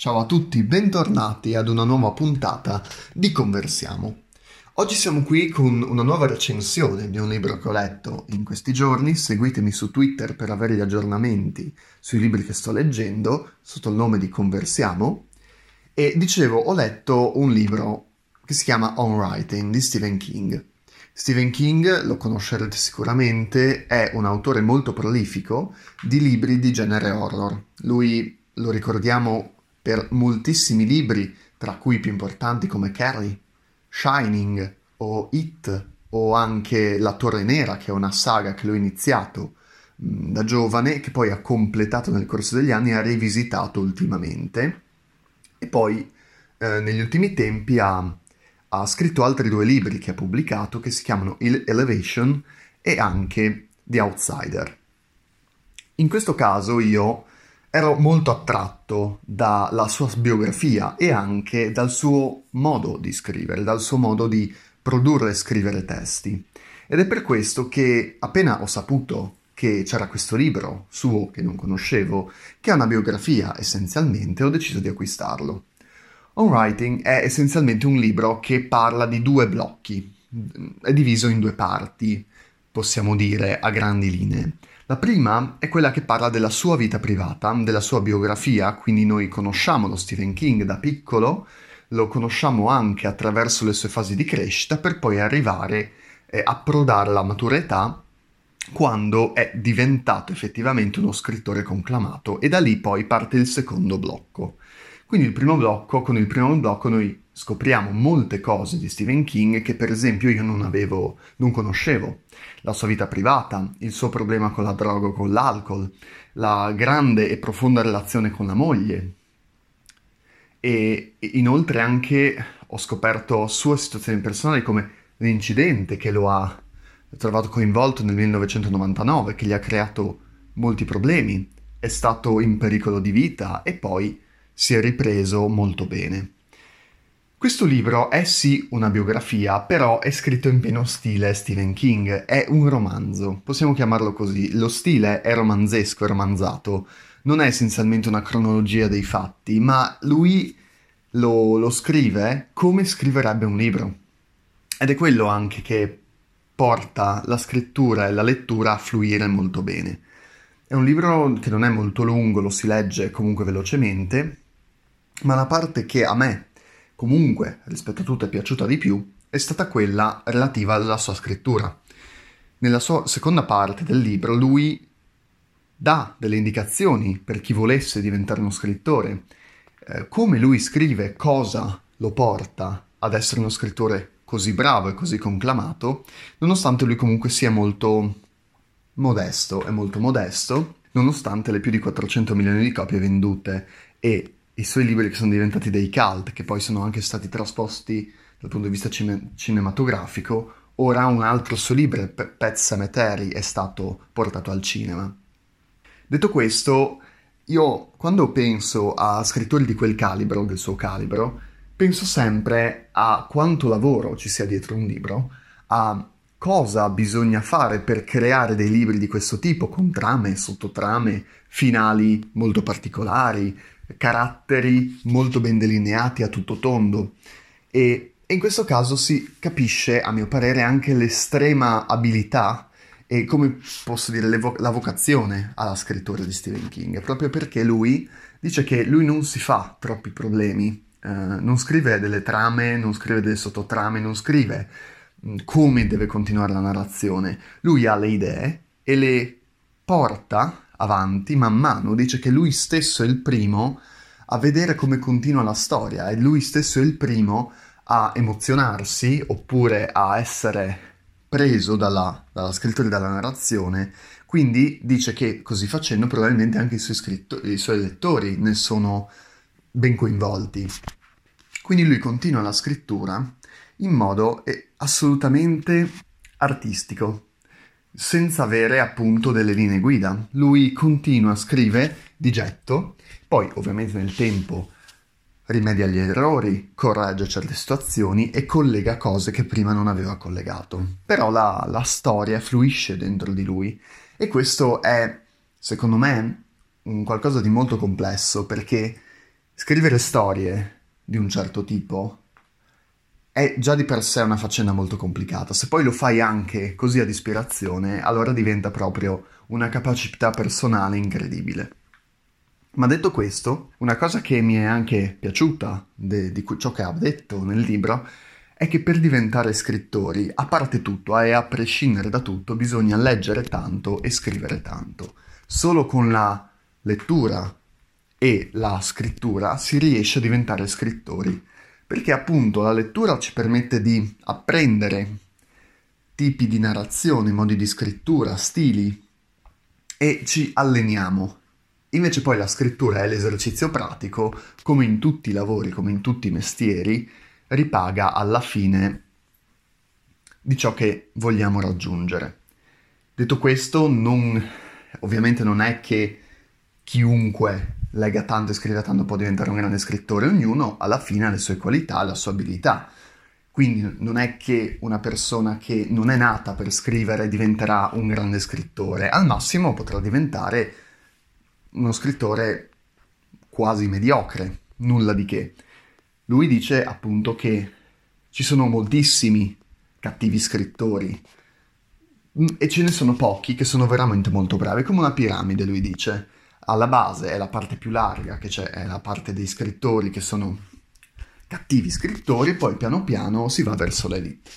Ciao a tutti, bentornati ad una nuova puntata di Conversiamo. Oggi siamo qui con una nuova recensione di un libro che ho letto in questi giorni. Seguitemi su Twitter per avere gli aggiornamenti sui libri che sto leggendo sotto il nome di Conversiamo. E dicevo, ho letto un libro che si chiama On Writing di Stephen King. Stephen King, lo conoscerete sicuramente, è un autore molto prolifico di libri di genere horror. Lui lo ricordiamo per moltissimi libri, tra cui i più importanti come Carrie, Shining o It, o anche La Torre Nera, che è una saga che lui ha iniziato da giovane, che poi ha completato nel corso degli anni e ha rivisitato ultimamente. E poi negli ultimi tempi ha scritto altri due libri che ha pubblicato, che si chiamano Elevation e anche The Outsider. In questo caso io ero molto attratto dalla sua biografia e anche dal suo modo di scrivere, dal suo modo di produrre e scrivere testi. Ed è per questo che appena ho saputo che c'era questo libro suo che non conoscevo, che ha una biografia essenzialmente, ho deciso di acquistarlo. On Writing è essenzialmente un libro che parla di due blocchi, è diviso in due parti, possiamo dire a grandi linee. La prima è quella che parla della sua vita privata, della sua biografia, quindi noi conosciamo lo Stephen King da piccolo, lo conosciamo anche attraverso le sue fasi di crescita per poi arrivare a approdare alla matura età quando è diventato effettivamente uno scrittore conclamato e da lì poi parte il secondo blocco. Quindi con il primo blocco noi scopriamo molte cose di Stephen King che per esempio io non conoscevo. La sua vita privata, il suo problema con la droga o con l'alcol, la grande e profonda relazione con la moglie. E inoltre anche ho scoperto sue situazioni personali come l'incidente che lo ha trovato coinvolto nel 1999, che gli ha creato molti problemi, è stato in pericolo di vita e poi si è ripreso molto bene. Questo libro è sì una biografia, però è scritto in pieno stile Stephen King, è un romanzo, possiamo chiamarlo così. Lo stile è romanzesco, è romanzato, non è essenzialmente una cronologia dei fatti, ma lui lo scrive come scriverebbe un libro. Ed è quello anche che porta la scrittura e la lettura a fluire molto bene. È un libro che non è molto lungo, lo si legge comunque velocemente, ma la parte che a me comunque rispetto a tutto è piaciuta di più è stata quella relativa alla sua scrittura. Nella sua seconda parte del libro lui dà delle indicazioni per chi volesse diventare uno scrittore, come lui scrive, cosa lo porta ad essere uno scrittore così bravo e così conclamato, nonostante lui comunque sia molto modesto, è molto modesto, nonostante le più di 400 milioni di copie vendute e i suoi libri che sono diventati dei cult, che poi sono anche stati trasposti dal punto di vista cinematografico. Ora un altro suo libro, Pet Sematary, è stato portato al cinema. Detto questo, io quando penso a scrittori di quel calibro, del suo calibro, penso sempre a quanto lavoro ci sia dietro un libro, a cosa bisogna fare per creare dei libri di questo tipo, con trame, sottotrame, finali molto particolari, caratteri molto ben delineati a tutto tondo. E in questo caso si capisce, a mio parere, anche l'estrema abilità e, come posso dire, la vocazione alla scrittura di Stephen King, proprio perché lui dice che lui non si fa troppi problemi, non scrive delle trame, non scrive delle sottotrame, non scrive come deve continuare la narrazione. Lui ha le idee e le porta avanti man mano, dice che lui stesso è il primo a vedere come continua la storia, è lui stesso è il primo a emozionarsi oppure a essere preso dalla scrittura e dalla narrazione, quindi dice che così facendo probabilmente anche i suoi lettori ne sono ben coinvolti. Quindi lui continua la scrittura in modo assolutamente artistico, senza avere appunto delle linee guida. Lui continua, scrive di getto, poi ovviamente nel tempo rimedia gli errori, corregge certe situazioni e collega cose che prima non aveva collegato. Però la storia fluisce dentro di lui e questo è, secondo me, un qualcosa di molto complesso perché Scrivere storie di un certo tipo è già di per sé una faccenda molto complicata. Se poi lo fai anche così ad ispirazione, allora diventa proprio una capacità personale incredibile. Ma detto questo, una cosa che mi è anche piaciuta ciò che ha detto nel libro è che per diventare scrittori, a parte tutto e a prescindere da tutto, bisogna leggere tanto e scrivere tanto. Solo con la lettura e la scrittura si riesce a diventare scrittori, perché appunto la lettura ci permette di apprendere tipi di narrazione, modi di scrittura, stili e ci alleniamo. Invece poi la scrittura è l'esercizio pratico, come in tutti i lavori, come in tutti i mestieri, ripaga alla fine di ciò che vogliamo raggiungere. Detto questo, ovviamente non è che chiunque legga tanto e scriva tanto può diventare un grande scrittore, ognuno alla fine ha le sue qualità, la sua abilità. Quindi non è che una persona che non è nata per scrivere diventerà un grande scrittore, al massimo potrà diventare uno scrittore quasi mediocre, nulla di che. Lui dice appunto che ci sono moltissimi cattivi scrittori e ce ne sono pochi che sono veramente molto bravi, come una piramide, lui dice. Alla base è la parte più larga, che c'è, è la parte dei scrittori che sono cattivi scrittori, e poi piano piano si va verso l'elite.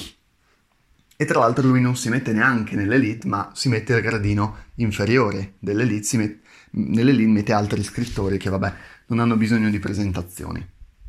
E tra l'altro lui non si mette neanche nell'elite, ma si mette al gradino inferiore dell'elite, nell'elite mette altri scrittori che, vabbè, non hanno bisogno di presentazioni.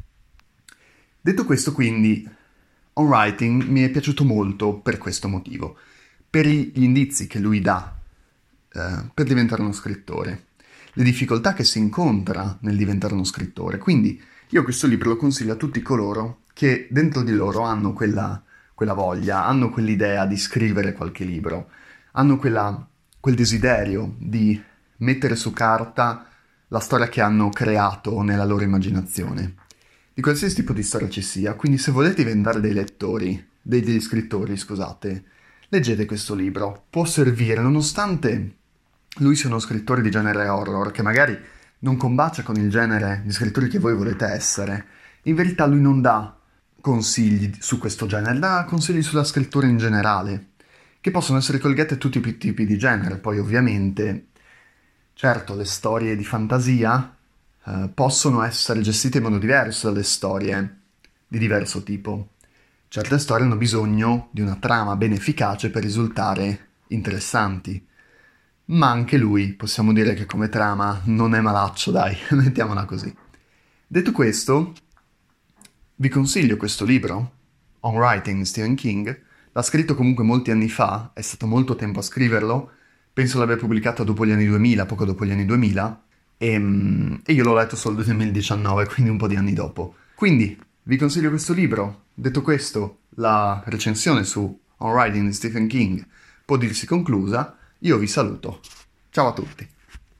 Detto questo, quindi, On Writing mi è piaciuto molto per questo motivo, per gli indizi che lui dà per diventare uno scrittore, le difficoltà che si incontra nel diventare uno scrittore. Quindi io questo libro lo consiglio a tutti coloro che dentro di loro hanno quella voglia, hanno quell'idea di scrivere qualche libro, hanno quel desiderio di mettere su carta la storia che hanno creato nella loro immaginazione, di qualsiasi tipo di storia ci sia. Quindi se volete diventare dei lettori, degli scrittori, scusate, leggete questo libro, può servire, nonostante lui sia uno scrittore di genere horror, che magari non combacia con il genere di scrittori che voi volete essere. In verità lui non dà consigli su questo genere, dà consigli sulla scrittura in generale, che possono essere collegate a tutti i tipi di genere. Poi ovviamente, certo, le storie di fantasia possono essere gestite in modo diverso dalle storie di diverso tipo. Certe storie hanno bisogno di una trama ben efficace per risultare interessanti. Ma anche lui, possiamo dire che come trama non è malaccio, dai, mettiamola così. Detto questo, vi consiglio questo libro, On Writing di Stephen King. L'ha scritto comunque molti anni fa, è stato molto tempo a scriverlo, penso l'abbia pubblicato dopo gli anni 2000, poco dopo gli anni 2000, e io l'ho letto solo nel 2019, quindi un po' di anni dopo. Quindi, vi consiglio questo libro. Detto questo, la recensione su On Writing di Stephen King può dirsi conclusa. Io vi saluto. Ciao a tutti.